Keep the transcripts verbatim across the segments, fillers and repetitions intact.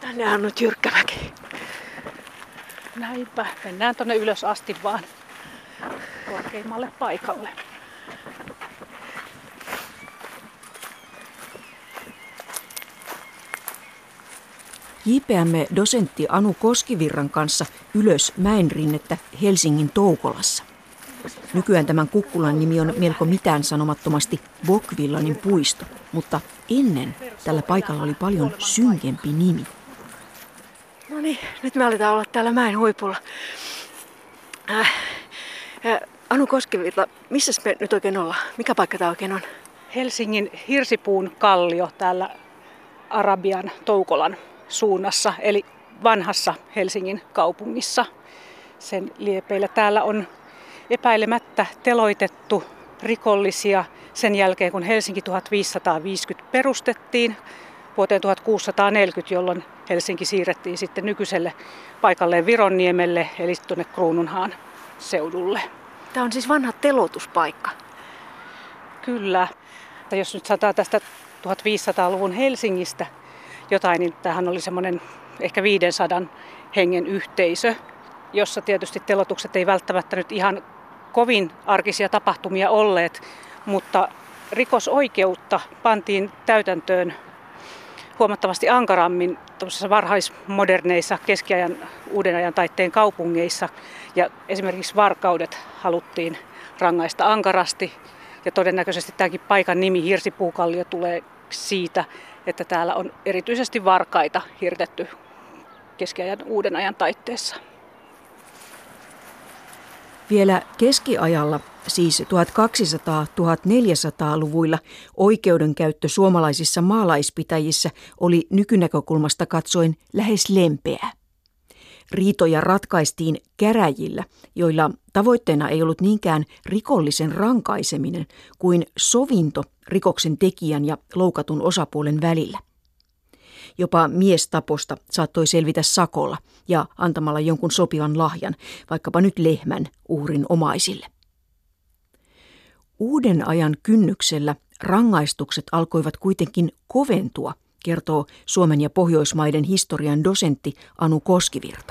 Tänne on nyt jyrkkä mäki. Näinpä. Mennään tonne ylös asti vaan korkeimmalle paikalle. Hiipeämme dosentti Anu Koskivirran kanssa ylös mäenrinnettä Helsingin Toukolassa. Nykyään tämän kukkulan nimi on melko mitään sanomattomasti Bokvillanin puisto, mutta ennen tällä paikalla oli paljon synkempi nimi. No niin, nyt me aletaan olla täällä mäen huipulla. Äh, äh, Anu Koskivirta, missä me nyt oikein ollaan? Mikä paikka tämä oikein on? Helsingin Hirsipuun kallio täällä Arabian Toukolan suunnassa, eli vanhassa Helsingin kaupungissa. Sen liepeillä täällä on epäilemättä teloitettu rikollisia sen jälkeen, kun Helsinki tuhatviisisataaviisikymmentä perustettiin vuoteen tuhatkuusisataaneljäkymmentä, jolloin Helsinki siirrettiin sitten nykyiselle paikalleen Vironniemelle, eli tuonne Kruununhaan seudulle. Tämä on siis vanha teloituspaikka. Kyllä. Jos nyt sanotaan tästä tuhatviisisataaluvun Helsingistä jotain, niin tämähän oli semmoinen ehkä viisisataa hengen yhteisö, jossa tietysti teloitukset ei välttämättä nyt ihan kovin arkisia tapahtumia olleet, mutta rikosoikeutta pantiin täytäntöön huomattavasti ankarammin tuollaisissa varhaismoderneissa keskiajan uuden ajan taitteen kaupungeissa. Ja esimerkiksi varkaudet haluttiin rangaista ankarasti. Ja todennäköisesti tämäkin paikan nimi Hirsipuukallio tulee siitä, että täällä on erityisesti varkaita hirtetty keskiajan uuden ajan taitteessa. Vielä keskiajalla, siis tuhatkaksisataa-tuhatneljäsataa-luvuilla, oikeudenkäyttö suomalaisissa maalaispitäjissä oli nykynäkökulmasta katsoen lähes lempeää. Riitoja ratkaistiin käräjillä, joilla tavoitteena ei ollut niinkään rikollisen rankaiseminen kuin sovinto rikoksen tekijän ja loukatun osapuolen välillä. Jopa miestaposta saattoi selvitä sakolla ja antamalla jonkun sopivan lahjan, vaikkapa nyt lehmän uhrin omaisille. Uuden ajan kynnyksellä rangaistukset alkoivat kuitenkin koventua, kertoo Suomen ja Pohjoismaiden historian dosentti Anu Koskivirta.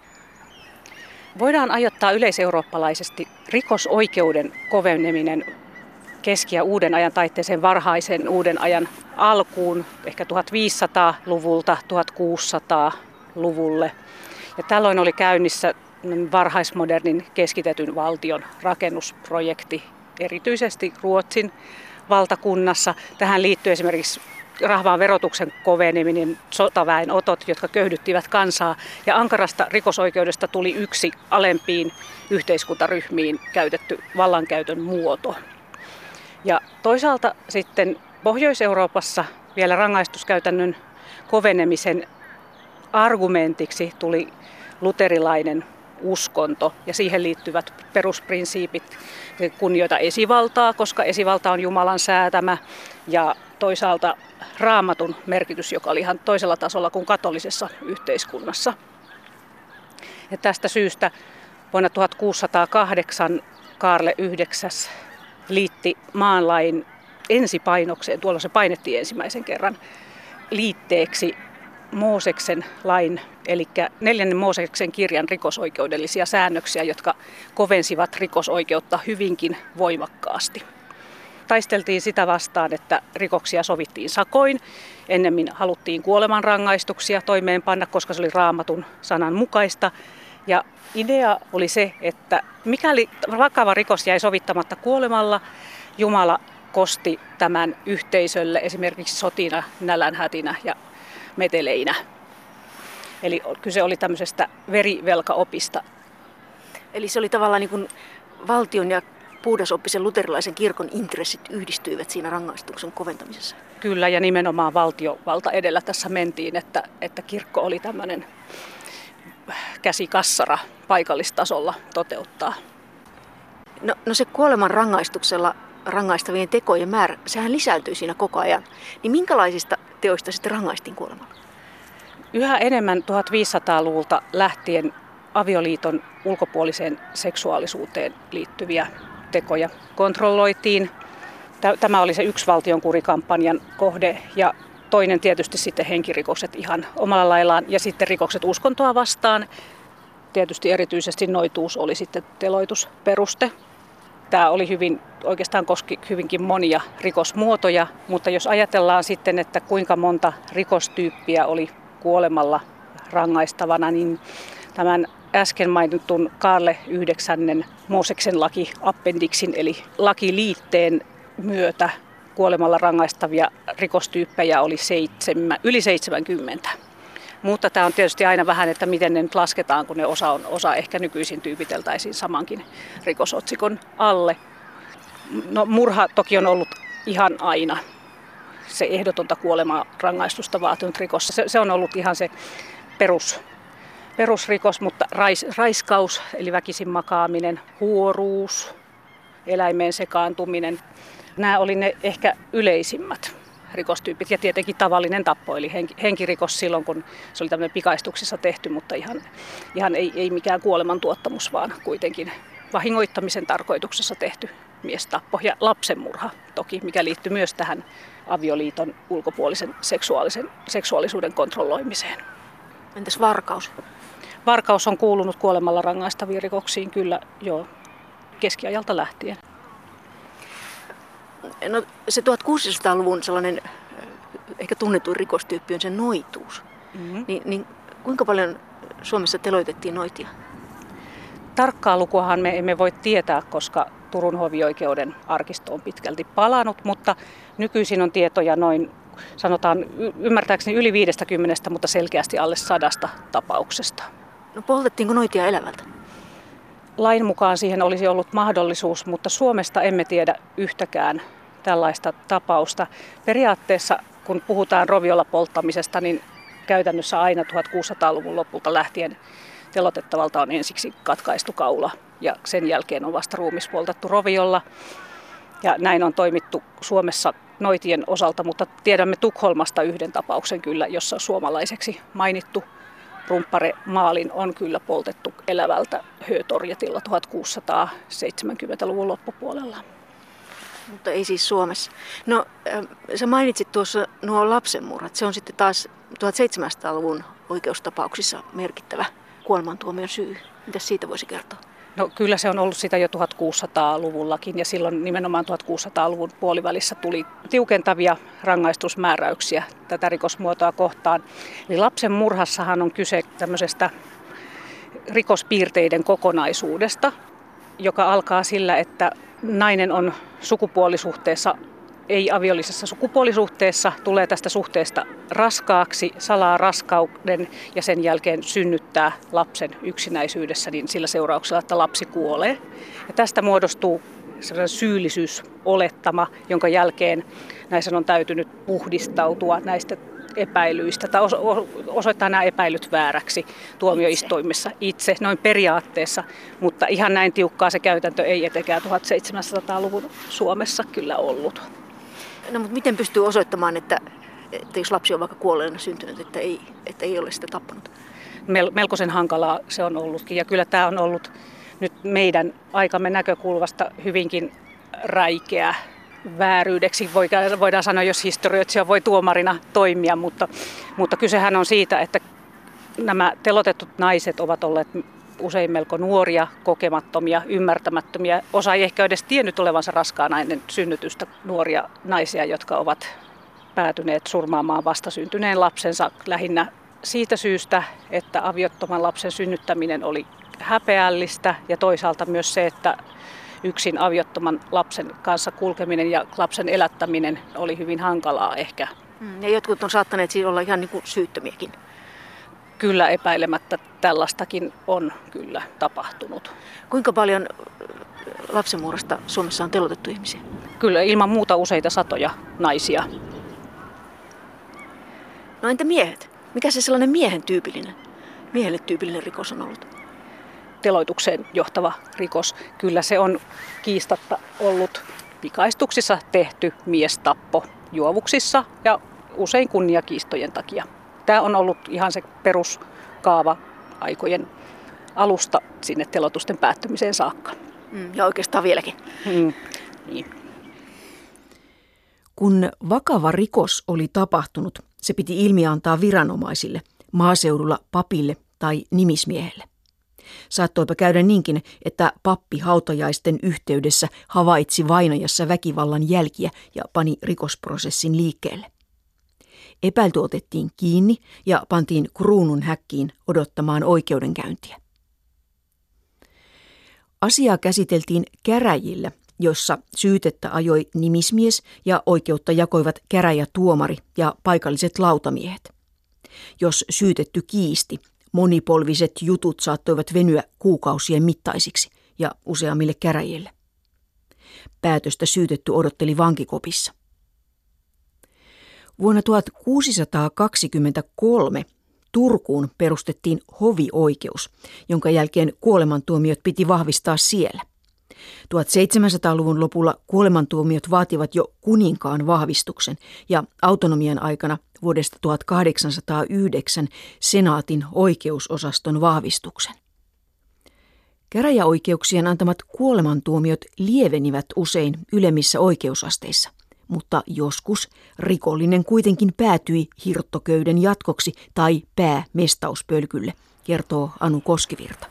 Voidaan ajoittaa yleiseurooppalaisesti rikosoikeuden koveneminen keski- ja uuden ajan taitteeseen varhaisen uuden ajan alkuun, ehkä tuhatviisisataaluvulta tuhatkuusisataaluvulle. Ja tällöin oli käynnissä varhaismodernin keskitetyn valtion rakennusprojekti, erityisesti Ruotsin valtakunnassa. Tähän liittyy esimerkiksi rahvaan verotuksen koveneminen, sotaväen otot, jotka köyhdyttivät kansaa, ja ankarasta rikosoikeudesta tuli yksi alempiin yhteiskuntaryhmiin käytetty vallankäytön muoto. Ja toisaalta sitten Pohjois-Euroopassa vielä rangaistuskäytännön kovenemisen argumentiksi tuli luterilainen uskonto ja siihen liittyvät perusprinsiipit, kunnioita esivaltaa, koska esivalta on Jumalan säätämä, ja toisaalta Raamatun merkitys, joka oli ihan toisella tasolla kuin katolisessa yhteiskunnassa. Ja tästä syystä vuonna tuhatkuusisataakahdeksan Kaarle yhdeksäs liitti maanlain ensipainokseen, tuolla se painettiin ensimmäisen kerran liitteeksi Mooseksen lain, eli neljännen Mooseksen kirjan rikosoikeudellisia säännöksiä, jotka kovensivat rikosoikeutta hyvinkin voimakkaasti. Taisteltiin sitä vastaan, että rikoksia sovittiin sakoin. Ennemmin haluttiin kuolemanrangaistuksia toimeenpanna, koska se oli Raamatun sanan mukaista. Ja idea oli se, että mikäli vakava rikos jäi sovittamatta kuolemalla, Jumala kosti tämän yhteisölle esimerkiksi sotina, nälänhätinä ja meteleinä. Eli kyse oli tämmöisestä verivelkaopista. Eli se oli tavallaan niin kuin valtion ja puhdasoppisen luterilaisen kirkon intressit yhdistyivät siinä rangaistuksen koventamisessa. Kyllä, ja nimenomaan valtiovalta edellä tässä mentiin, että, että kirkko oli tämmöinen käsikassara paikallistasolla toteuttaa. No, no se kuoleman rangaistuksella rangaistavien tekojen määrä, sehän lisääntyi siinä koko ajan. Niin minkälaisista teoista sitten rangaistiin kuolemalla? Yhä enemmän tuhatviisisataaluvulta lähtien avioliiton ulkopuoliseen seksuaalisuuteen liittyviä tekoja kontrolloitiin. Tämä oli se yksi valtionkurikampanjan kohde, ja toinen tietysti sitten henkirikokset ihan omalla laillaan ja sitten rikokset uskontoa vastaan. Tietysti erityisesti noituus oli sitten teloitusperuste. Tämä oli hyvin, oikeastaan koski hyvinkin monia rikosmuotoja, mutta jos ajatellaan sitten, että kuinka monta rikostyyppiä oli kuolemalla rangaistavana, niin tämän äsken mainitun Kaarle yhdeksännen Mooseksen laki appendiksin eli lakiliitteen myötä kuolemalla rangaistavia rikostyyppejä oli seitsemän, yli seitsemänkymmentä. Mutta tämä on tietysti aina vähän, että miten ne nyt lasketaan, kun ne osa on osa ehkä nykyisin tyypiteltäisiin samankin rikosotsikon alle. No, murha toki on ollut ihan aina se ehdotonta kuolemaa rangaistusta vaatinut rikos. Se, se on ollut ihan se perus, perusrikos, mutta rais, raiskaus eli väkisin makaaminen, huoruus, eläimeen sekaantuminen, nämä oli ne ehkä yleisimmät rikostyypit ja tietenkin tavallinen tappo, eli henkirikos silloin, kun se oli tämmöinen pikaistuksissa tehty, mutta ihan, ihan ei, ei mikään kuolemantuottamus, vaan kuitenkin vahingoittamisen tarkoituksessa tehty miestappo ja lapsenmurha toki, mikä liittyy myös tähän avioliiton ulkopuolisen seksuaalisen, seksuaalisuuden kontrolloimiseen. Entäs varkaus? Varkaus on kuulunut kuolemalla rangaistaviin rikoksiin kyllä jo keskiajalta lähtien. No, se tuhatkuusisataaluvun sellainen ehkä tunnetuin rikostyyppi on se noituus. Mm-hmm. Ni, niin kuinka paljon Suomessa teloitettiin noitia? Tarkkaa lukuahan me emme voi tietää, koska Turun hovioikeuden arkisto on pitkälti palannut, mutta nykyisin on tietoja noin, sanotaan ymmärtääkseni yli viidestäkymmenestä, mutta selkeästi alle sadasta tapauksesta. No, poltettiinko noitia elävältä? Lain mukaan siihen olisi ollut mahdollisuus, mutta Suomesta emme tiedä yhtäkään tällaista tapausta. Periaatteessa, kun puhutaan roviolla polttamisesta, niin käytännössä aina tuhatkuusisataaluvun lopulta lähtien telotettavalta on ensiksi katkaistu kaula ja sen jälkeen on vasta ruumis poltettu roviolla. Ja näin on toimittu Suomessa noitien osalta, mutta tiedämme Tukholmasta yhden tapauksen kyllä, jossa suomalaiseksi mainittu rumppare Maalin on kyllä poltettu elävältä Hötorgetilla tuhatkuusisataaseitsemänkymmentäluvun loppupuolella. Mutta ei siis Suomessa. No, sä mainitsit tuossa nuo lapsenmurhat. Se on sitten taas tuhatseitsemänsataaluvun oikeustapauksissa merkittävä kuolemantuomion syy. Mitäs siitä voisi kertoa? No, kyllä se on ollut sitä jo tuhatkuusisataaluvullakin ja silloin nimenomaan tuhatkuusisataaluvun puolivälissä tuli tiukentavia rangaistusmääräyksiä tätä rikosmuotoa kohtaan. Eli lapsen murhassahan on kyse tämmöisestä rikospiirteiden kokonaisuudesta, joka alkaa sillä, että nainen on sukupuolisuhteessa, ei aviollisessa sukupuolisuhteessa, tulee tästä suhteesta raskaaksi, salaa raskauden ja sen jälkeen synnyttää lapsen yksinäisyydessä niin sillä seurauksella, että lapsi kuolee. Ja tästä muodostuu sellainen syyllisyysolettama, jonka jälkeen naisen on täytynyt puhdistautua näistä epäilyistä tai osoittaa nämä epäilyt vääräksi tuomioistuimessa itse, noin periaatteessa, mutta ihan näin tiukkaa se käytäntö ei etenkään tuhatseitsemänsataaluvun Suomessa kyllä ollut. No, mutta miten pystyy osoittamaan, että, että jos lapsi on vaikka kuolleena syntynyt, että ei, että ei ole sitä tappanut? Melkoisen hankalaa se on ollutkin ja kyllä tämä on ollut nyt meidän aikamme näkökulmasta hyvinkin räikeä vääryydeksi. Voidaan sanoa, jos historioitsija voi tuomarina toimia, mutta, mutta kysehän on siitä, että nämä telotetut naiset ovat olleet usein melko nuoria, kokemattomia, ymmärtämättömiä. Osa ei ehkä edes tiennyt olevansa raskaana ennen synnytystä, nuoria naisia, jotka ovat päätyneet surmaamaan vastasyntyneen lapsensa lähinnä siitä syystä, että aviottoman lapsen synnyttäminen oli häpeällistä ja toisaalta myös se, että yksin aviottoman lapsen kanssa kulkeminen ja lapsen elättäminen oli hyvin hankalaa ehkä. Ja jotkut on saattaneet siis olla ihan niin kuin syyttömiäkin. Kyllä epäilemättä tällaistakin on kyllä tapahtunut. Kuinka paljon lapsenmurhasta Suomessa on telotettu ihmisiä? Kyllä ilman muuta useita satoja naisia. No entä miehet? Mikä se sellainen miehen tyypillinen, miehelle tyypillinen rikos on ollut? Teloitukseen johtava rikos. Kyllä se on kiistatta ollut pikaistuksissa tehty miestappo juovuksissa ja usein kunniakiistojen takia. Tämä on ollut ihan se peruskaava aikojen alusta sinne teloitusten päättymiseen saakka. Mm, ja oikeastaan vieläkin. Mm, niin. Kun vakava rikos oli tapahtunut, se piti ilmiantaa viranomaisille, maaseudulla papille tai nimismiehelle. Saattoipa käydä niinkin, että pappi hautajaisten yhteydessä havaitsi vainajassa väkivallan jälkiä ja pani rikosprosessin liikkeelle. Epäilty otettiin kiinni ja pantiin kruunun häkkiin odottamaan oikeudenkäyntiä. Asiaa käsiteltiin käräjillä, jossa syytettä ajoi nimismies ja oikeutta jakoivat käräjätuomari ja paikalliset lautamiehet. Jos syytetty kiisti, monipolviset jutut saattoivat venyä kuukausien mittaisiksi ja useammille käräjille. Päätöstä syytetty odotteli vankikopissa. Vuonna tuhatkuusisataakaksikymmentäkolme Turkuun perustettiin hovioikeus, jonka jälkeen kuolemantuomiot piti vahvistaa siellä. tuhatseitsemänsataaluvun lopulla kuolemantuomiot vaativat jo kuninkaan vahvistuksen ja autonomian aikana vuodesta tuhatkahdeksansataayhdeksän senaatin oikeusosaston vahvistuksen. Käräjäoikeuksien antamat kuolemantuomiot lievenivät usein ylemmissä oikeusasteissa, mutta joskus rikollinen kuitenkin päätyi hirttoköyden jatkoksi tai päämestauspölkylle, kertoo Anu Koskivirta.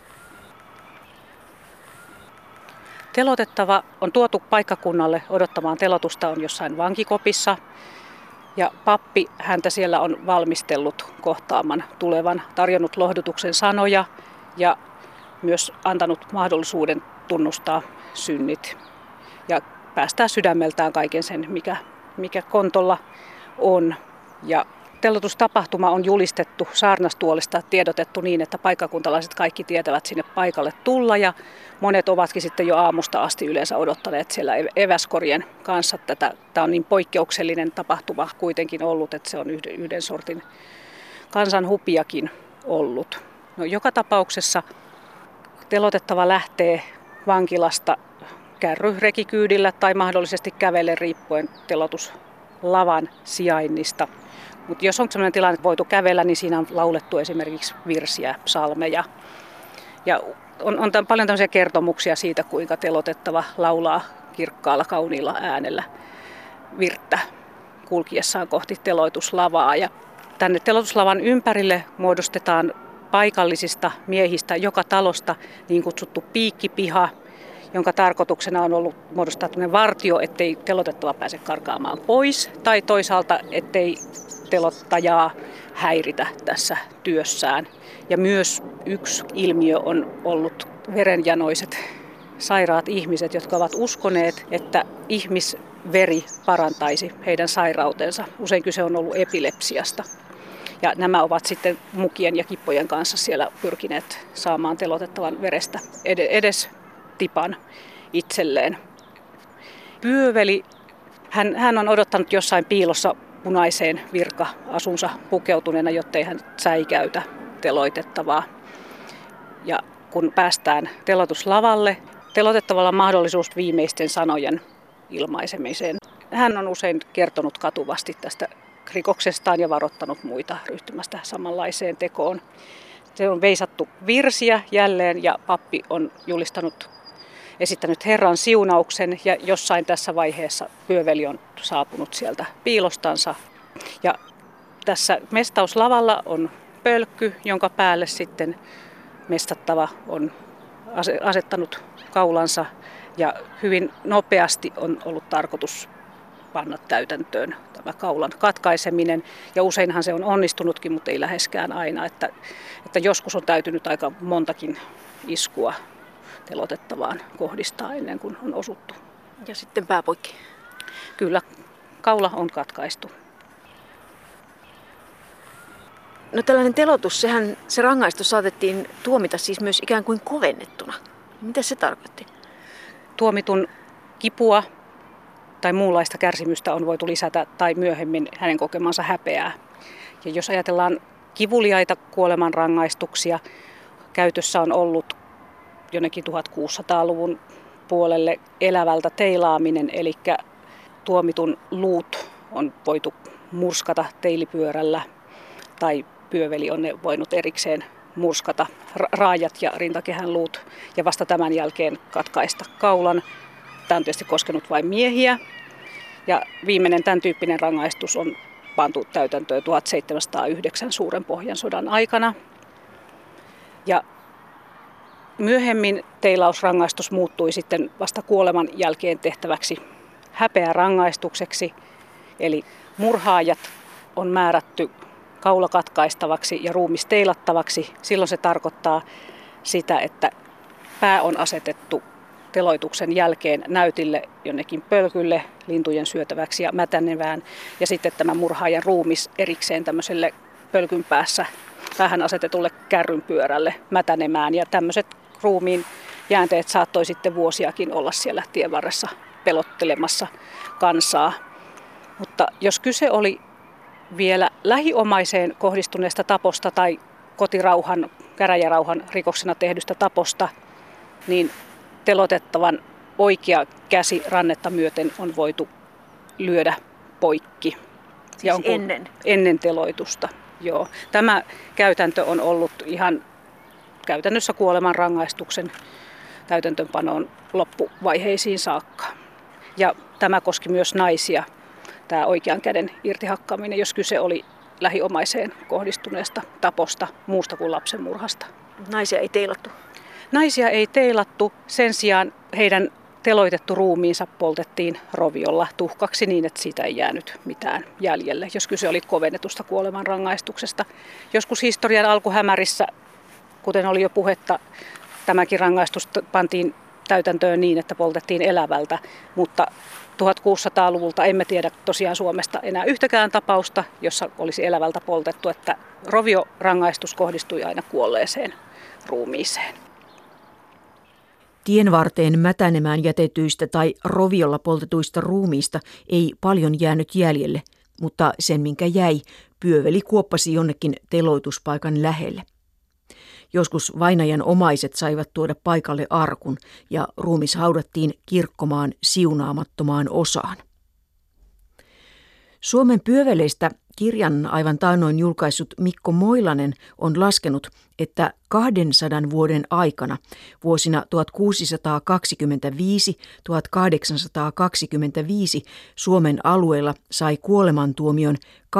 Telotettava on tuotu paikkakunnalle odottamaan telotusta on jossain vankikopissa ja pappi häntä siellä on valmistellut kohtaaman tulevan, tarjonnut lohdutuksen sanoja ja myös antanut mahdollisuuden tunnustaa synnit ja päästää sydämeltään kaiken sen, mikä, mikä kontolla on. Ja telotustapahtuma on julistettu saarnastuolista, tiedotettu niin, että paikkakuntalaiset kaikki tietävät sinne paikalle tulla ja monet ovatkin sitten jo aamusta asti yleensä odottaneet siellä eväskorien kanssa tätä. Tämä on niin poikkeuksellinen tapahtuma kuitenkin ollut, että se on yhden, yhden sortin kansanhupiakin ollut. No, joka tapauksessa telotettava lähtee vankilasta kärryrekikyydillä tai mahdollisesti kävellen riippuen telotuslavan sijainnista. Mutta jos on sellainen tilanne, että voitu kävellä, niin siinä on laulettu esimerkiksi virsiä, psalmeja. Ja on, on tämän, paljon tämmöisiä kertomuksia siitä, kuinka telotettava laulaa kirkkaalla, kauniilla äänellä virttä kulkiessaan kohti teloituslavaa. Ja tänne teloituslavan ympärille muodostetaan paikallisista miehistä joka talosta niin kutsuttu piikkipiha, jonka tarkoituksena on ollut muodostaa tämmöinen vartio, ettei telotettava pääse karkaamaan pois, tai toisaalta ettei telottajaa häiritä tässä työssään. Ja myös yksi ilmiö on ollut verenjanoiset sairaat ihmiset, jotka ovat uskoneet, että ihmisveri parantaisi heidän sairautensa. Usein kyse on ollut epilepsiasta. Ja nämä ovat sitten mukien ja kippojen kanssa siellä pyrkineet saamaan telotettavan verestä edes tipan itselleen. Pyöveli, hän, hän on odottanut jossain piilossa punaiseen virka-asunsa pukeutuneena, jottei hän säikäytä teloitettavaa. Ja kun päästään teloituslavalle, teloitettavalla on mahdollisuus viimeisten sanojen ilmaisemiseen. Hän on usein kertonut katuvasti tästä rikoksestaan ja varoittanut muita ryhtymästä samanlaiseen tekoon. Se on veisattu virsiä jälleen ja pappi on julistanut, esittänyt Herran siunauksen ja jossain tässä vaiheessa pyöveli on saapunut sieltä piilostansa. Ja tässä mestauslavalla on pölkky, jonka päälle sitten mestattava on asettanut kaulansa ja hyvin nopeasti on ollut tarkoitus panna täytäntöön tämä kaulan katkaiseminen. Ja useinhan se on onnistunutkin, mutta ei läheskään aina. Että, että joskus on täytynyt aika montakin iskua telotettavaan kohdistaa ennen kuin on osuttu. Ja sitten pää poikki. Kyllä, kaula on katkaistu. No tällainen telotus, sehän, se rangaistus saatettiin tuomita siis myös ikään kuin kovennettuna. Mitä se tarkoitti? Tuomitun kipua tai muunlaista kärsimystä on voitu lisätä tai myöhemmin hänen kokemansa häpeää. Ja jos ajatellaan kivuliaita kuolemanrangaistuksia, käytössä on ollut jonnekin tuhatkuusisataaluvun puolelle elävältä teilaaminen, eli tuomitun luut on voitu murskata teilipyörällä tai pyöveli on ne voinut erikseen murskata raajat ja rintakehän luut ja vasta tämän jälkeen katkaista kaulan. Tämä on tietysti koskenut vain miehiä. Ja viimeinen tämän tyyppinen rangaistus on pantu täytäntöön tuhatseitsemänsataayhdeksän Suuren Pohjansodan aikana. Ja myöhemmin teilausrangaistus muuttui sitten vasta kuoleman jälkeen tehtäväksi häpeärangaistukseksi. Eli murhaajat on määrätty kaula katkaistavaksi ja ruumis teilattavaksi. Silloin se tarkoittaa sitä, että pää on asetettu teloituksen jälkeen näytille jonnekin pölkylle lintujen syötäväksi ja mätänevään. Ja sitten tämä murhaajan ruumis erikseen tämmöiselle pölkyn päässä päähän asetetulle kärrynpyörälle mätänemään. Ja tämmöiset ruumiin jäänteet saattoi sitten vuosiakin olla siellä tienvarressa pelottelemassa kansaa. Mutta jos kyse oli vielä lähiomaiseen kohdistuneesta taposta tai kotirauhan, käräjärauhan rikoksena tehdystä taposta, niin telotettavan oikea käsi rannetta myöten on voitu lyödä poikki. Siis ja on ennen? Ennen teloitusta, joo. Tämä käytäntö on ollut ihan käytännössä kuoleman rangaistuksen täytäntöönpanoon loppuvaiheisiin saakka. Ja tämä koski myös naisia, tämä oikean käden irtihakkaaminen, jos kyse oli lähiomaiseen kohdistuneesta taposta muusta kuin lapsenmurhasta. Naisia ei teilattu? Naisia ei teilattu, sen sijaan heidän teloitettu ruumiinsa poltettiin roviolla tuhkaksi niin, että siitä ei jäänyt mitään jäljelle, jos kyse oli kovennetusta kuolemanrangaistuksesta. Joskus historian alkuhämärissä, kuten oli jo puhetta, tämäkin rangaistus pantiin täytäntöön niin, että poltettiin elävältä, mutta tuhatkuusisataaluvulta emme tiedä tosiaan Suomesta enää yhtäkään tapausta, jossa olisi elävältä poltettu, että roviorangaistus kohdistui aina kuolleeseen ruumiiseen. Tienvarteen mätänemään jätetyistä tai roviolla poltetuista ruumiista ei paljon jäänyt jäljelle, mutta sen minkä jäi, pyöveli kuoppasi jonnekin teloituspaikan lähelle. Joskus vainajan omaiset saivat tuoda paikalle arkun ja ruumis haudattiin kirkkomaan siunaamattomaan osaan. Suomen pyöveleistä kirjan aivan taannoin julkaissut Mikko Moilanen on laskenut, että kahdensadan vuoden aikana vuosina tuhatkuusisataakaksikymmentäviisi–tuhatkahdeksansataakaksikymmentäviisi Suomen alueella sai kuolemantuomion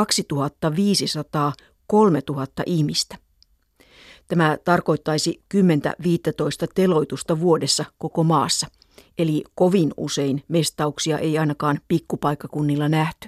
kaksituhattaviisisataa–kolmetuhatta ihmistä. Tämä tarkoittaisi kymmenen viisitoista teloitusta vuodessa koko maassa, eli kovin usein mestauksia ei ainakaan pikkupaikkakunnilla nähty.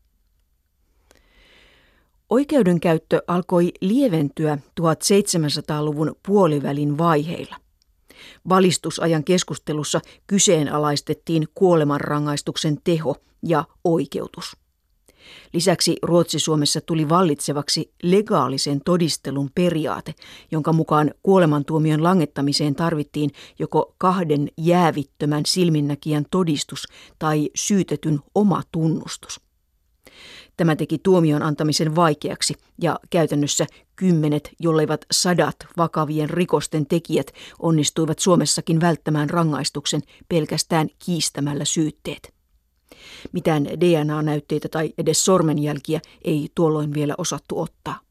Oikeudenkäyttö alkoi lieventyä tuhatseitsemänsataaluvun puolivälin vaiheilla. Valistusajan keskustelussa kyseenalaistettiin kuolemanrangaistuksen teho ja oikeutus. Lisäksi Ruotsi-Suomessa tuli vallitsevaksi legaalisen todistelun periaate, jonka mukaan kuolemantuomion langettamiseen tarvittiin joko kahden jäävittömän silminnäkijän todistus tai syytetyn oma tunnustus. Tämä teki tuomion antamisen vaikeaksi ja käytännössä kymmenet, jolleivat sadat vakavien rikosten tekijät onnistuivat Suomessakin välttämään rangaistuksen pelkästään kiistämällä syytteet. Mitään D N A-näytteitä tai edes sormenjälkiä ei tuolloin vielä osattu ottaa.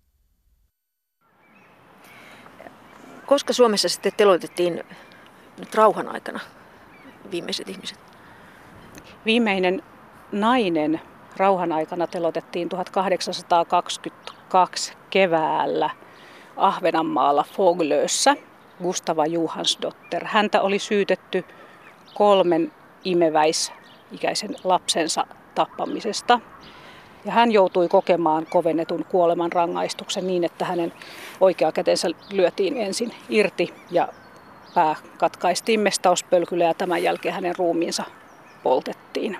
Koska Suomessa sitten teloitettiin nyt rauhan aikana viimeiset ihmiset? Viimeinen nainen rauhan aikana teloitettiin tuhatkahdeksansataakaksikymmentäkaksi keväällä Ahvenanmaalla Fågelössä, Gustava Johansdotter. Häntä oli syytetty kolmen imeväisikäisen lapsensa tappamisesta. Ja hän joutui kokemaan kovennetun kuoleman rangaistuksen niin, että hänen oikea kätensä lyötiin ensin irti ja pää katkaistiin mestauspölkyllä ja tämän jälkeen hänen ruumiinsa poltettiin.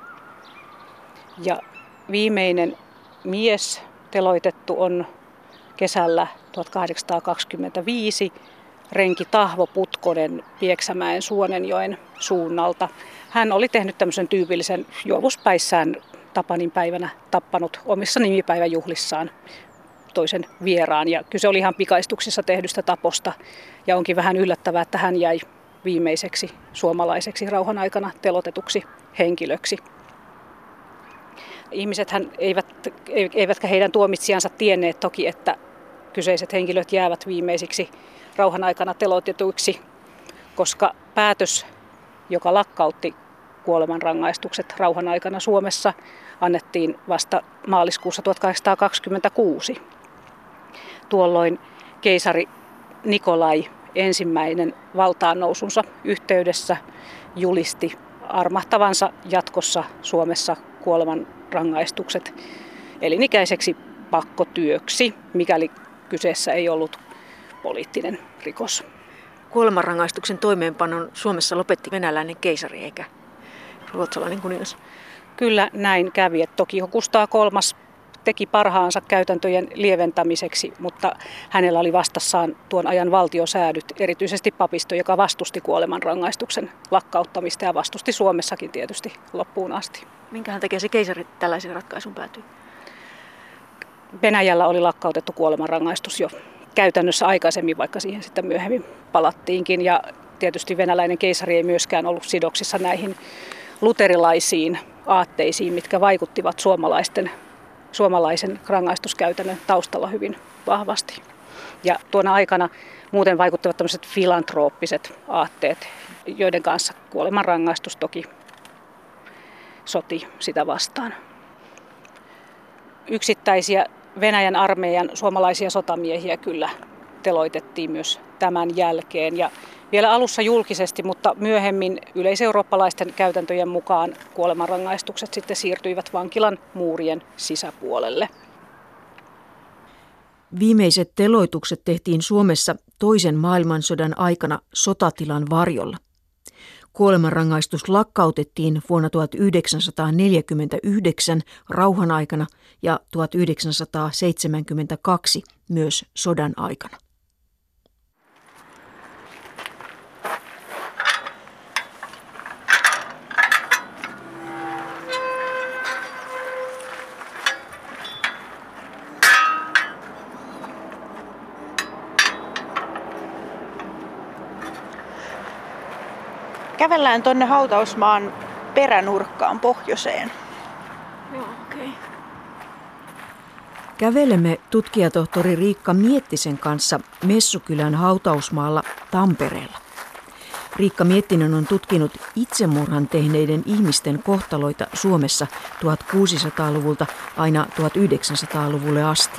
Ja viimeinen mies teloitettu on kesällä tuhatkahdeksansataakaksikymmentäviisi renki Tahvo Putkonen Pieksämäen Suonenjoen suunnalta. Hän oli tehnyt tämmöisen tyypillisen juovuspäissään Tapanin päivänä tappanut omissa nimipäiväjuhlissaan toisen vieraan. Ja kyse oli ihan pikaistuksissa tehdystä taposta ja onkin vähän yllättävää, että hän jäi viimeiseksi suomalaiseksi rauhan aikana telotetuksi henkilöksi. Ihmisethän eivät, eivätkä heidän tuomitsijansa tienneet toki, että kyseiset henkilöt jäävät viimeisiksi rauhan aikana telotetuiksi, koska päätös, joka lakkautti kuolemanrangaistukset rauhan aikana Suomessa annettiin vasta maaliskuussa tuhatkahdeksansataakaksikymmentäkuusi. Tuolloin keisari Nikolai ensimmäinen valtaan nousunsa yhteydessä julisti armahtavansa jatkossa Suomessa kuolemanrangaistukset elinikäiseksi pakkotyöksi, mikäli kyseessä ei ollut poliittinen rikos. Kuolemanrangaistuksen toimeenpanon Suomessa lopetti venäläinen keisari eikä ruotsalainen kuningas. Kyllä näin kävi. Että toki Kustaa kolmas teki parhaansa käytäntöjen lieventämiseksi, mutta hänellä oli vastassaan tuon ajan valtiosäädyt, erityisesti papisto, joka vastusti kuolemanrangaistuksen lakkauttamista ja vastusti Suomessakin tietysti loppuun asti. Minkähän takia se keisari tällaisen ratkaisun päätyi? Venäjällä oli lakkautettu kuolemanrangaistus jo käytännössä aikaisemmin, vaikka siihen sitten myöhemmin palattiinkin. Ja tietysti venäläinen keisari ei myöskään ollut sidoksissa näihin luterilaisiin aatteisiin, mitkä vaikuttivat suomalaisten, suomalaisen rangaistuskäytännön taustalla hyvin vahvasti. Ja tuona aikana muuten vaikuttivat tämmöiset filantrooppiset aatteet, joiden kanssa kuolemanrangaistus toki soti sitä vastaan. Yksittäisiä Venäjän armeijan suomalaisia sotamiehiä kyllä teloitettiin myös tämän jälkeen. Ja vielä alussa julkisesti, mutta myöhemmin yleiseurooppalaisten käytäntöjen mukaan kuolemanrangaistukset sitten siirtyivät vankilan muurien sisäpuolelle. Viimeiset teloitukset tehtiin Suomessa toisen maailmansodan aikana sotatilan varjolla. Kuolemanrangaistus lakkautettiin vuonna tuhatyhdeksänsataaneljäkymmentäyhdeksän rauhan aikana ja tuhatyhdeksänsataaseitsemänkymmentäkaksi myös sodan aikana. Kävellään tuonne hautausmaan peränurkkaan pohjoiseen. Joo, okei. Okay. Kävelemme tutkijatohtori Riikka Miettisen kanssa Messukylän hautausmaalla Tampereella. Riikka Miettinen on tutkinut itsemurhan tehneiden ihmisten kohtaloita Suomessa tuhatkuusisataaluvulta aina tuhatyhdeksänsataaluvulle asti.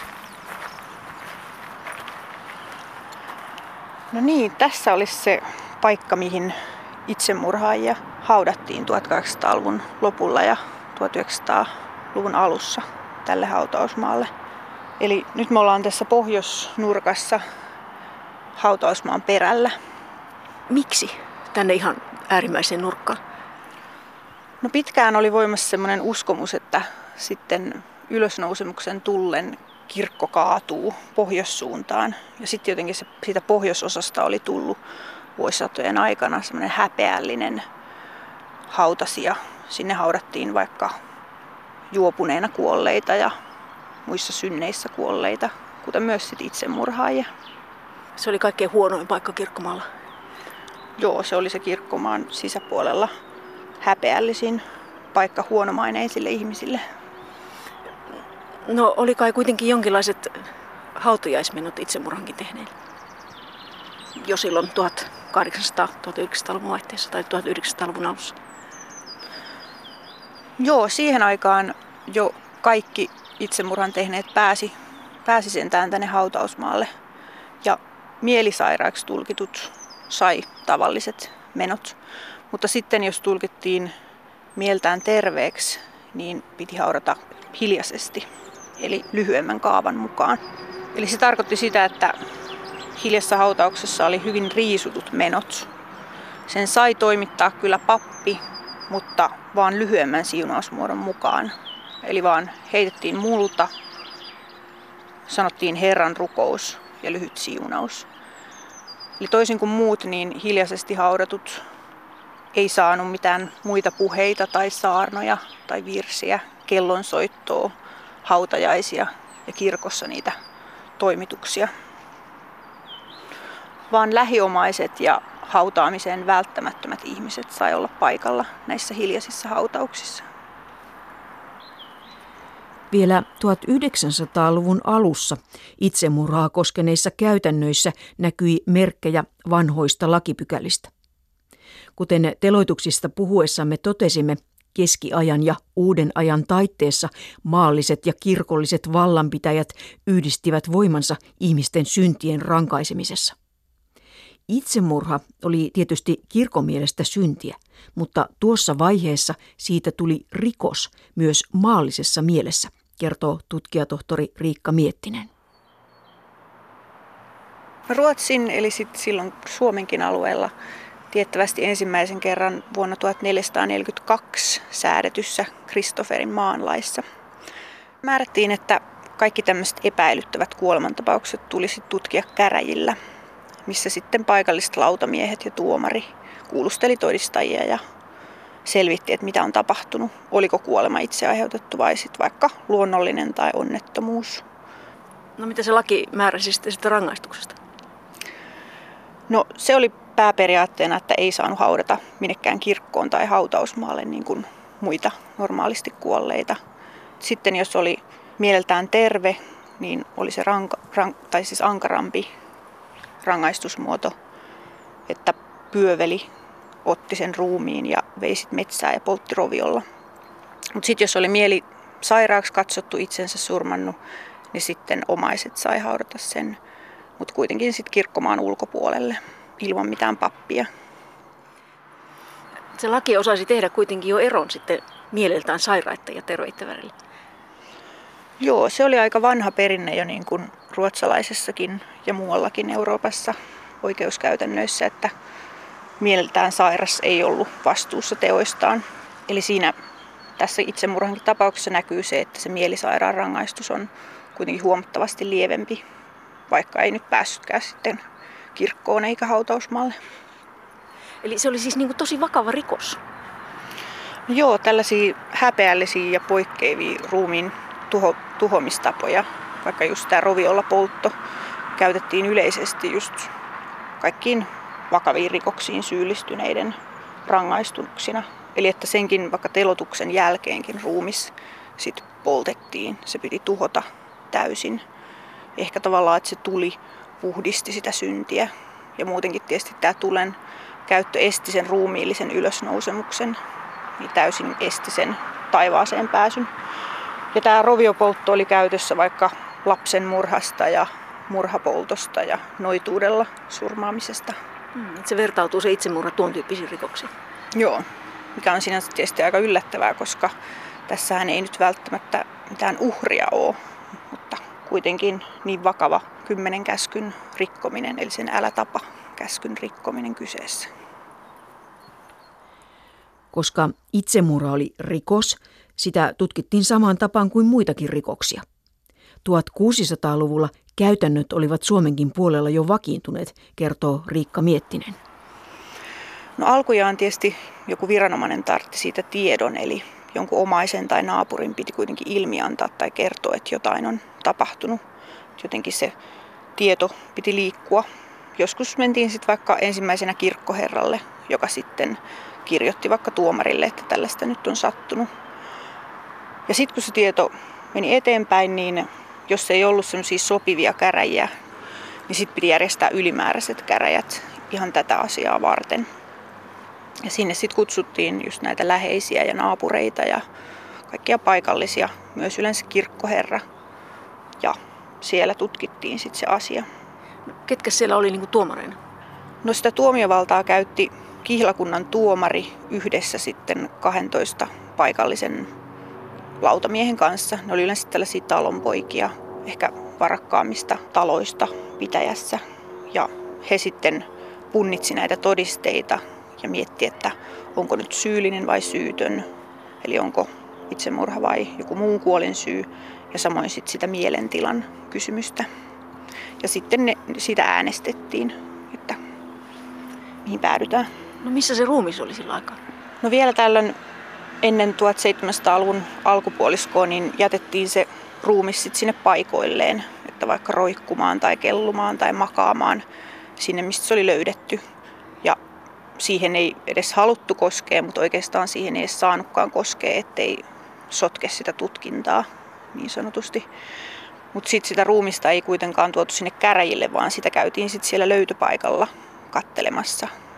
No niin, tässä olisi se paikka, mihin itsemurhaajia haudattiin tuhatkahdeksansataaluvun lopulla ja tuhatyhdeksänsataaluvun alussa tälle hautausmaalle. Eli nyt me ollaan tässä pohjoisnurkassa hautausmaan perällä. Miksi tänne ihan äärimmäiseen nurkkaan? No pitkään oli voimassa semmoinen uskomus, että sitten ylösnousemuksen tullen kirkko kaatuu pohjoissuuntaan. Ja sitten jotenkin se, siitä pohjoisosasta oli tullut vuosisatojen aikana semmoinen häpeällinen hautasia. Sinne haudattiin vaikka juopuneena kuolleita ja muissa synneissä kuolleita, kuten myös sit itsemurhaajia. Se oli kaikkein huonoin paikka kirkkomaalla. Joo, se oli se kirkkomaan sisäpuolella häpeällisin paikka huonomaineisille ihmisille. No oli kai kuitenkin jonkinlaiset hautajaismenot itsemurhankin tehneille. Jo silloin tuhatkahdeksansataa-tuhatyhdeksänsataaluvun vaihteessa tai tuhatyhdeksänsataaluvun alussa. Joo, siihen aikaan jo kaikki itsemurhan tehneet pääsi, pääsi sentään tänne hautausmaalle. Ja mielisairaiksi tulkitut sai tavalliset menot. Mutta sitten jos tulkittiin mieltään terveeksi, niin piti haudata hiljaisesti, eli lyhyemmän kaavan mukaan. Eli se tarkoitti sitä, että hiljaisessa hautauksessa oli hyvin riisutut menot. Sen sai toimittaa kyllä pappi, mutta vaan lyhyemmän siunausmuodon mukaan. Eli vaan heitettiin multa, sanottiin Herran rukous ja lyhyt siunaus. Eli toisin kuin muut, niin hiljaisesti haudatut ei saanut mitään muita puheita tai saarnoja tai virsiä, kellonsoittoa, hautajaisia ja kirkossa niitä toimituksia. Vaan lähiomaiset ja hautaamiseen välttämättömät ihmiset sai olla paikalla näissä hiljaisissa hautauksissa. Vielä tuhatyhdeksänsataaluvun alussa itsemurhaa koskeneissa käytännöissä näkyi merkkejä vanhoista lakipykälistä. Kuten teloituksista puhuessamme totesimme, keskiajan ja uuden ajan taitteessa maalliset ja kirkolliset vallanpitäjät yhdistivät voimansa ihmisten syntien rankaisemisessa. Itsemurha oli tietysti kirkon mielestä syntiä, mutta tuossa vaiheessa siitä tuli rikos myös maallisessa mielessä, kertoo tutkijatohtori Riikka Miettinen. Ruotsin, eli sit silloin Suomenkin alueella, tiettävästi ensimmäisen kerran vuonna tuhatneljäsataaneljäkymmentäkaksi säädetyssä Kristoferin maanlaissa määrättiin, että kaikki tämmöiset epäilyttävät kuolemantapaukset tulisi tutkia käräjillä, missä sitten paikalliset lautamiehet ja tuomari kuulusteli todistajia ja selvitti, että mitä on tapahtunut. Oliko kuolema itse aiheutettu vai sitten vaikka luonnollinen tai onnettomuus. No mitä se laki määräsi sitten sitä rangaistuksesta? No se oli pääperiaatteena, että ei saanut haudata minnekään kirkkoon tai hautausmaalle niin kuin muita normaalisti kuolleita. Sitten jos oli mieleltään terve, niin oli se ranka, rank, tai siis ankarampi rangaistusmuoto, että pyöveli otti sen ruumiin ja vei sit metsää ja poltti roviolla. Mutta sitten jos oli mieli sairaaksi katsottu, itsensä surmannut, niin sitten omaiset sai haudata sen, mutta kuitenkin sitten kirkkomaan ulkopuolelle ilman mitään pappia. Se laki osasi tehdä kuitenkin jo eron sitten mieleltään sairaiden ja terveiden välillä. Joo, se oli aika vanha perinne jo niin kuin ruotsalaisessakin ja muuallakin Euroopassa oikeuskäytännöissä, että mieleltään sairas ei ollut vastuussa teoistaan. Eli siinä tässä itsemurhankin tapauksessa näkyy se, että se mielisairaan rangaistus on kuitenkin huomattavasti lievempi, vaikka ei nyt päässytkään sitten kirkkoon eikä hautausmaalle. Eli se oli siis niin kuin tosi vakava rikos? No joo, tällaisia häpeällisiä ja poikkeavia ruumiin tuho, tuhomistapoja, vaikka just tämä roviolla poltto, käytettiin yleisesti just kaikkiin vakaviin rikoksiin syyllistyneiden rangaistuksina. Eli että senkin vaikka telotuksen jälkeenkin ruumis sit poltettiin, se piti tuhota täysin. Ehkä tavallaan, että se tuli puhdisti sitä syntiä. Ja muutenkin tietysti tämä tulen käyttö esti sen ruumiillisen ylösnousemuksen, niin täysin esti sen taivaaseen pääsyn. Ja tämä roviopoltto oli käytössä vaikka lapsen murhasta ja murhapoltosta ja noituudella surmaamisesta. Mm, se vertautuu se itsemurha tuon tyyppisiin rikoksiin. Joo, mikä on sinänsä tietysti aika yllättävää, koska tässähän ei nyt välttämättä mitään uhria ole, mutta kuitenkin niin vakava kymmenen käskyn rikkominen, eli sen älä tapa käskyn rikkominen kyseessä. Koska itsemurha oli rikos, sitä tutkittiin samaan tapaan kuin muitakin rikoksia. tuhatkuusisataaluvulla käytännöt olivat Suomenkin puolella jo vakiintuneet, kertoo Riikka Miettinen. No alkujaan tietysti joku viranomainen tartti siitä tiedon, eli jonkun omaisen tai naapurin piti kuitenkin ilmiantaa tai kertoa, että jotain on tapahtunut. Jotenkin se tieto piti liikkua. Joskus mentiin sitten vaikka ensimmäisenä kirkkoherralle, joka sitten kirjoitti vaikka tuomarille, että tällaista nyt on sattunut. Ja sitten kun se tieto meni eteenpäin, niin jos ei ollut sellaisia sopivia käräjiä, niin sitten piti järjestää ylimääräiset käräjät ihan tätä asiaa varten. Ja sinne sitten kutsuttiin just näitä läheisiä ja naapureita ja kaikkia paikallisia, myös yleensä kirkkoherra. Ja siellä tutkittiin sitten se asia. Ketkä siellä oli niinku tuomareina? No sitä tuomiovaltaa käytti kihlakunnan tuomari yhdessä sitten kahdentoista paikallisen lautamiehen kanssa. Ne oli yleensä tällaisia talonpoikia, ehkä varakkaammista taloista pitäjässä. Ja he sitten punnitsi näitä todisteita ja mietti, että onko nyt syyllinen vai syytön. Eli onko itsemurha vai joku muun kuolin syy. Ja samoin sitten sitä mielentilan kysymystä. Ja sitten ne, sitä äänestettiin, että mihin päädytään. No missä se ruumis oli sillä aikaa? No vielä tällöin ennen tuhatseitsemänsataaluvun alkupuoliskoa niin jätettiin se ruumis sit sinne paikoilleen, että vaikka roikkumaan tai kellumaan tai makaamaan sinne, mistä se oli löydetty. Ja siihen ei edes haluttu koskea, mutta oikeastaan siihen ei edes saanutkaan koskea, ettei sotke sitä tutkintaa niin sanotusti. Mutta sitten sitä ruumista ei kuitenkaan tuotu sinne käräjille, vaan sitä käytiin sitten siellä löytöpaikalla kattelemassa,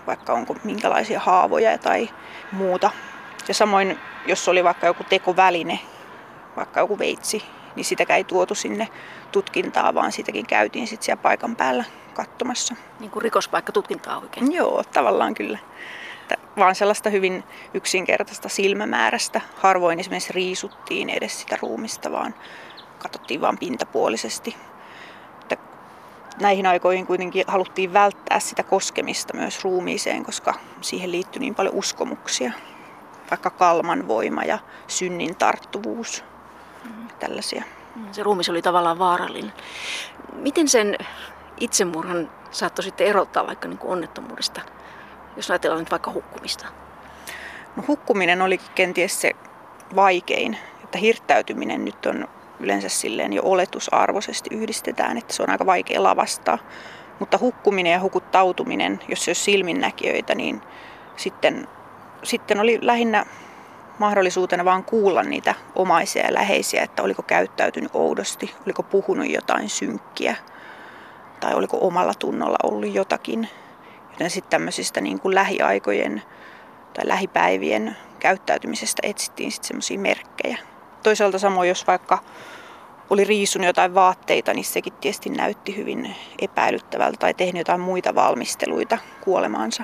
vaikka onko minkälaisia haavoja tai muuta. Ja samoin, jos oli vaikka joku tekoväline, vaikka joku veitsi, niin sitäkään ei tuotu sinne tutkintaa, vaan sitäkin käytiin sitten siellä paikan päällä katsomassa. Niin kuin rikospaikkatutkintaa oikein? Joo, tavallaan kyllä. Vaan sellaista hyvin yksinkertaista silmämäärästä. Harvoin esimerkiksi riisuttiin edes sitä ruumista, vaan katsottiin vain pintapuolisesti. Että näihin aikoihin kuitenkin haluttiin välttää sitä koskemista myös ruumiiseen, koska siihen liittyi niin paljon uskomuksia. Vaikka kalman voima ja synnin tarttuvuus, mm. tällaisia. Se ruumis oli tavallaan vaarallinen. Miten sen itsemurhan saattoi sitten erottaa vaikka niin kuin onnettomuudesta, jos ajatellaan nyt vaikka hukkumista? No, hukkuminen oli kenties se vaikein, että hirttäytyminen nyt on yleensä silleen jo oletusarvoisesti yhdistetään, että se on aika vaikea lavastaa. Mutta hukkuminen ja hukuttautuminen, jos ei ole silminnäkijöitä, niin sitten, sitten oli lähinnä mahdollisuutena vaan kuulla niitä omaisia ja läheisiä, että oliko käyttäytynyt oudosti, oliko puhunut jotain synkkiä tai oliko omalla tunnolla ollut jotakin. Joten sitten tämmöisistä niin kuin lähiaikojen tai lähipäivien käyttäytymisestä etsittiin sitten semmoisia merkkejä. Toisaalta samoin, jos vaikka oli riisunut jotain vaatteita, niin sekin tietysti näytti hyvin epäilyttävältä tai tehnyt jotain muita valmisteluita kuolemaansa.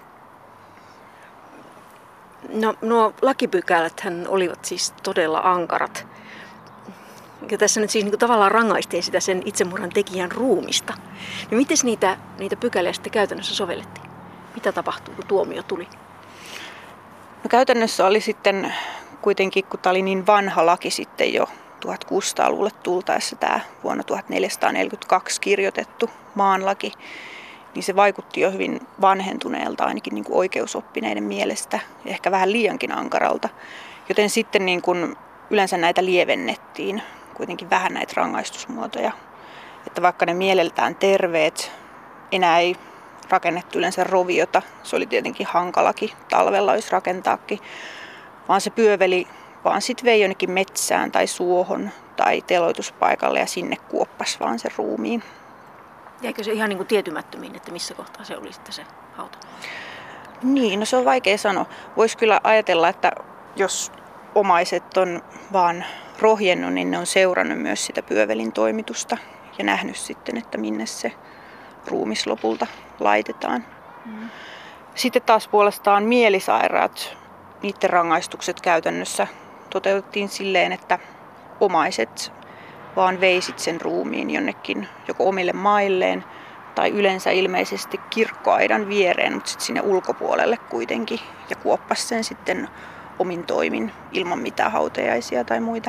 No, nuo lakipykäläthän olivat siis todella ankarat. Ja tässä nyt siis niin kuin tavallaan rangaistiin sitä sen itsemurhan tekijän ruumista. No miten niitä, niitä pykäliä sitten käytännössä sovellettiin? Mitä tapahtui, kun tuomio tuli? No, käytännössä oli sitten kuitenkin, kun tämä oli niin vanha laki sitten jo tuhatkuusisataaluvulle tultaessa tämä vuonna tuhatneljäsataaneljäkymmentäkaksi kirjoitettu maanlaki, niin se vaikutti jo hyvin vanhentuneelta ainakin niin kuin oikeusoppineiden mielestä ja ehkä vähän liiankin ankaralta. Joten sitten niin kuin yleensä näitä lievennettiin, kuitenkin vähän näitä rangaistusmuotoja. Että vaikka ne mieleltään terveet, enää ei rakennettu yleensä roviota, se oli tietenkin hankalakin, talvella olisi rakentaakin, vaan se pyöveli vaan sitten vei jonnekin metsään tai suohon tai teloituspaikalle ja sinne kuoppas vaan sen ruumiin. Jäikö se ihan niin kuin tietymättömiin, että missä kohtaa se oli sitten se hauta? Niin, no se on vaikea sanoa. Voisi kyllä ajatella, että jos omaiset on vaan rohjennut, niin ne on seurannut myös sitä pyövelin toimitusta ja nähnyt sitten, että minne se ruumis lopulta laitetaan. Mm. Sitten taas puolestaan mielisairaat, niiden rangaistukset käytännössä toteutettiin silleen, että omaiset vaan veisit sen ruumiin jonnekin joko omille mailleen tai yleensä ilmeisesti kirkkoaidan viereen, mutta sitten sinne ulkopuolelle kuitenkin ja kuoppas sen sitten omin toimin ilman mitään hautajaisia tai muita.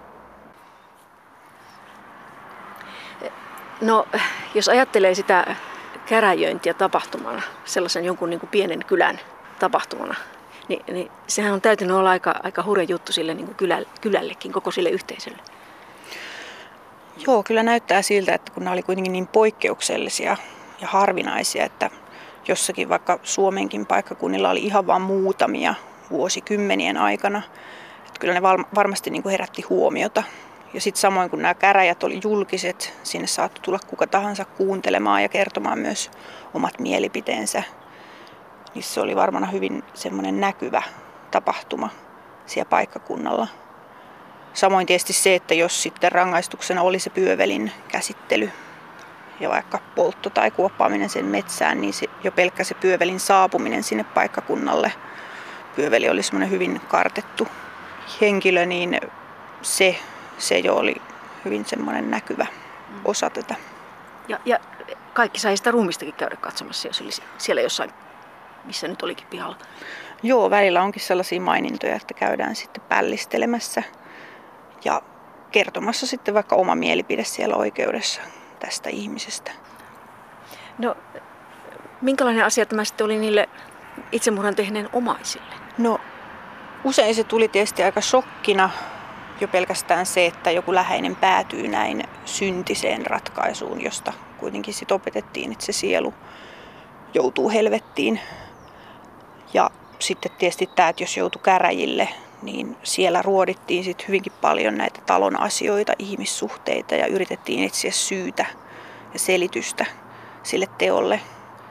No, jos ajattelee sitä käräjöintiä tapahtumana, sellaisen jonkun niin kuin pienen kylän tapahtumana, niin, niin sehän on täytynyt olla aika, aika hurja juttu sille niin kuin kylä, kylällekin, koko sille yhteisölle. Joo, kyllä näyttää siltä, että kun nämä oli kuitenkin niin poikkeuksellisia ja harvinaisia, että jossakin vaikka Suomenkin paikkakunnilla oli ihan vain muutamia vuosikymmenien aikana, että kyllä ne varmasti niin kuin herätti huomiota. Ja sitten samoin kun nämä käräjät oli julkiset, sinne saattoi tulla kuka tahansa kuuntelemaan ja kertomaan myös omat mielipiteensä, niin se oli varmaan hyvin semmoinen näkyvä tapahtuma siellä paikkakunnalla. Samoin tietysti se, että jos sitten rangaistuksena oli se pyövelin käsittely ja vaikka poltto tai kuoppaaminen sen metsään, niin se, jo pelkkä se pyövelin saapuminen sinne paikkakunnalle, pyöveli oli semmoinen hyvin kartettu henkilö, niin se, se jo oli hyvin semmoinen näkyvä osa tätä. Ja, ja kaikki sai sitä ruumistakin käydä katsomassa, jos oli siellä jossain, missä nyt olikin pihalla. Joo, välillä onkin sellaisia mainintoja, että käydään sitten pällistelemässä ja kertomassa sitten vaikka oma mielipide siellä oikeudessa tästä ihmisestä. No, minkälainen asia tämä sitten oli niille itsemurhan tehneen omaisille? No, usein se tuli tietysti aika shokkina jo pelkästään se, että joku läheinen päätyy näin syntiseen ratkaisuun, josta kuitenkin sitten opetettiin, että se sielu joutuu helvettiin. Ja sitten tietysti tämä, että jos joutui käräjille, niin siellä ruodittiin sitten hyvinkin paljon näitä talon asioita, ihmissuhteita ja yritettiin etsiä syytä ja selitystä sille teolle.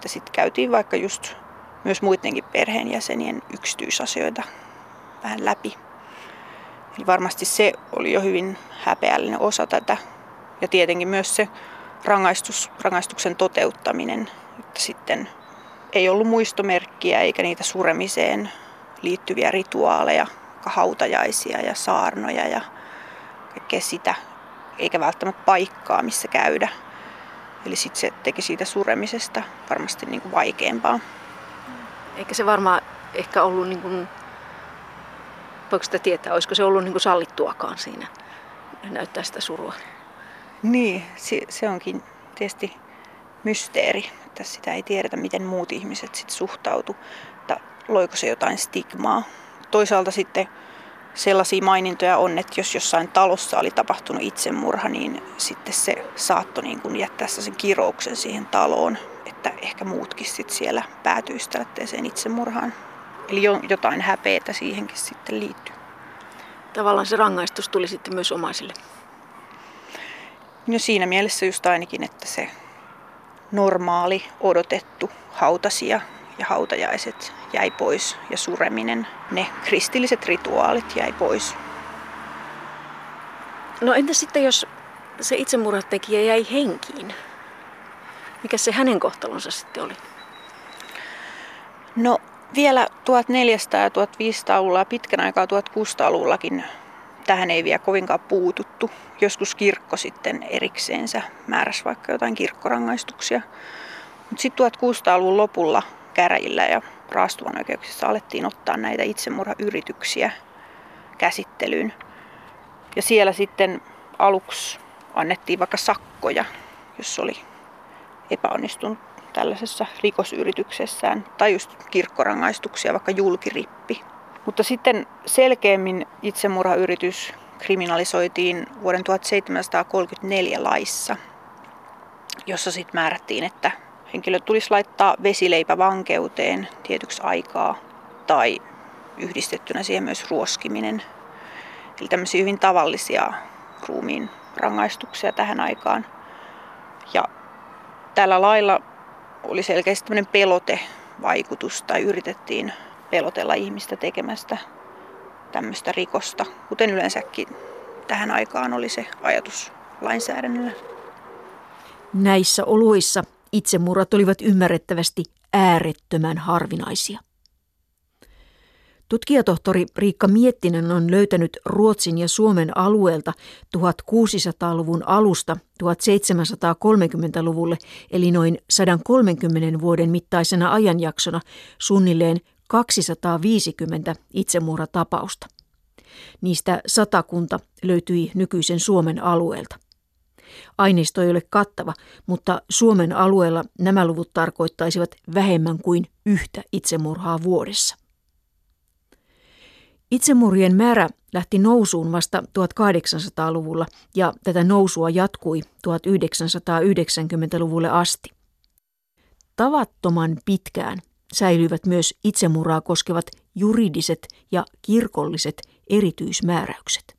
että sitten käytiin vaikka just myös muidenkin perheenjäsenien yksityisasioita vähän läpi. Eli varmasti se oli jo hyvin häpeällinen osa tätä. Ja tietenkin myös se rangaistus, rangaistuksen toteuttaminen, että sitten ei ollut muistomerkkiä eikä niitä suremiseen liittyviä rituaaleja, hautajaisia ja saarnoja ja kaikkea sitä, eikä välttämättä paikkaa, missä käydä. Eli sitten se teki siitä suremisesta varmasti niin kuin vaikeampaa. Eikä se varmaan ehkä ollut, niin kuin, voiko sitä tietää, olisiko se ollut niin kuin sallittuakaan siinä näyttää sitä surua? Niin, se, se onkin tietysti mysteeri, että sitä ei tiedetä, miten muut ihmiset sit suhtautu, että loiko se jotain stigmaa. Toisaalta sitten sellaisia mainintoja on, että jos jossain talossa oli tapahtunut itsemurha, niin sitten se saattoi niin kuin jättää sen kirouksen siihen taloon, että ehkä muutkin sit siellä päätyisi tällaiseen itsemurhaan. Eli jotain häpeätä siihenkin sitten liittyy. Tavallaan se rangaistus tuli sitten myös omaisille. No siinä mielessä just ainakin, että se normaali, odotettu hautasia ja hautajaiset jäi pois ja sureminen, ne kristilliset rituaalit jäi pois. No entä sitten, jos se itsemurhatekijä jäi henkiin? Mikä se hänen kohtalonsa sitten oli? No vielä tuhatneljäsataa- ja tuhatviisisataaluvulla ja pitkän aikaa tuhatkuusisataaluvullakin tähän ei vielä kovinkaan puututtu. Joskus kirkko sitten erikseensä määräsi vaikka jotain kirkkorangaistuksia. Mutta sitten tuhatkuusisataaluvun lopulla käräjillä ja raastuvan oikeuksissa alettiin ottaa näitä itsemurhayrityksiä käsittelyyn. Ja siellä sitten aluksi annettiin vaikka sakkoja, jos oli epäonnistunut tällaisessa rikosyrityksessään, tai just kirkkorangaistuksia, vaikka julkirippi. Mutta sitten selkeämmin itsemurhayritys kriminalisoitiin vuoden tuhatseitsemänsataakolmekymmentäneljä laissa, jossa sitten määrättiin, että henkilö tulisi laittaa vesileipä vankeuteen tietyksi aikaa tai yhdistettynä siihen myös ruoskiminen. Eli tämmöisiä hyvin tavallisia ruumiin rangaistuksia tähän aikaan. Ja tällä lailla oli selkeästi tämmöinen pelotevaikutus tai yritettiin pelotella ihmistä tekemästä tämmöistä rikosta, kuten yleensäkin tähän aikaan oli se ajatus lainsäädännöllä. Näissä oloissa itsemurhat olivat ymmärrettävästi äärettömän harvinaisia. Tutkijatohtori Riikka Miettinen on löytänyt Ruotsin ja Suomen alueelta tuhatkuusisataaluvun alusta tuhatseitsemänsataakolmekymmentäluvulle, eli noin sata kolmekymmentä vuoden mittaisena ajanjaksona suunnilleen kaksisataaviisikymmentä itsemurhatapausta. Niistä satakunta löytyi nykyisen Suomen alueelta. Aineisto ei ole kattava, mutta Suomen alueella nämä luvut tarkoittaisivat vähemmän kuin yhtä itsemurhaa vuodessa. Itsemurhien määrä lähti nousuun vasta tuhatkahdeksansataaluvulla ja tätä nousua jatkui tuhatyhdeksänsataayhdeksänkymmentäluvulle asti. Tavattoman pitkään säilyivät myös itsemurhaa koskevat juridiset ja kirkolliset erityismääräykset.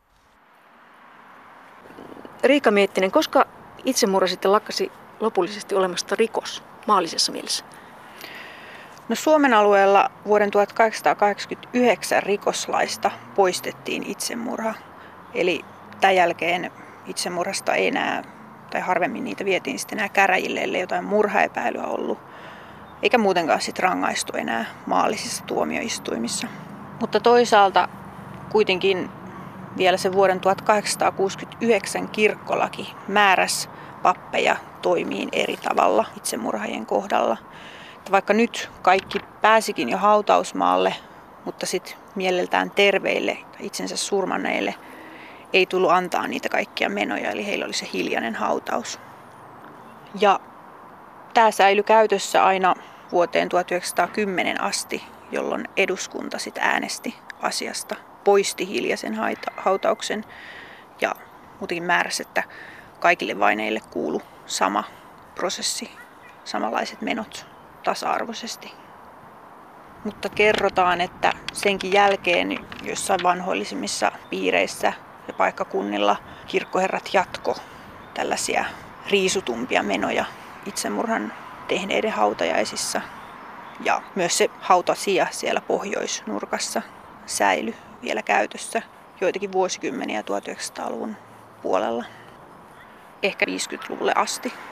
Riikka Miettinen, koska itsemurha sitten lakkasi lopullisesti olemasta rikos maallisessa mielessä? No Suomen alueella vuoden tuhatkahdeksansataakahdeksankymmentäyhdeksän rikoslaista poistettiin itsemurha. Eli tämän jälkeen itsemurhasta ei enää, tai harvemmin niitä vietiin sitten enää käräjille, ellei jotain murhaepäilyä ollut. Eikä muutenkaan sitten rangaistu enää maallisissa tuomioistuimissa. Mutta toisaalta kuitenkin vielä se vuoden tuhatkahdeksansataakuusikymmentäyhdeksän kirkkolaki määräsi pappeja toimiin eri tavalla itsemurhaajien kohdalla. Että vaikka nyt kaikki pääsikin jo hautausmaalle, mutta sitten mieleltään terveille tai itsensä surmanneille ei tullut antaa niitä kaikkia menoja, eli heillä oli se hiljainen hautaus. Ja tämä säilyi käytössä aina vuoteen tuhatyhdeksänsataakymmenen asti, jolloin eduskunta sitten äänesti asiasta, poisti hiljaisen hautauksen ja muutenkin määräsi, että kaikille vaineille kuului sama prosessi, samanlaiset menot tasa-arvoisesti. Mutta kerrotaan, että senkin jälkeen jossain vanhoillisimmissa piireissä ja paikkakunnilla kirkkoherrat jatko tällaisia riisutumpia menoja itsemurhan tehneiden hautajaisissa. Ja myös se hautasija siellä pohjoisnurkassa säilyi vielä käytössä joitakin vuosikymmeniä tuhatyhdeksänsataaluvun puolella, ehkä viisikymmentäluvulle asti.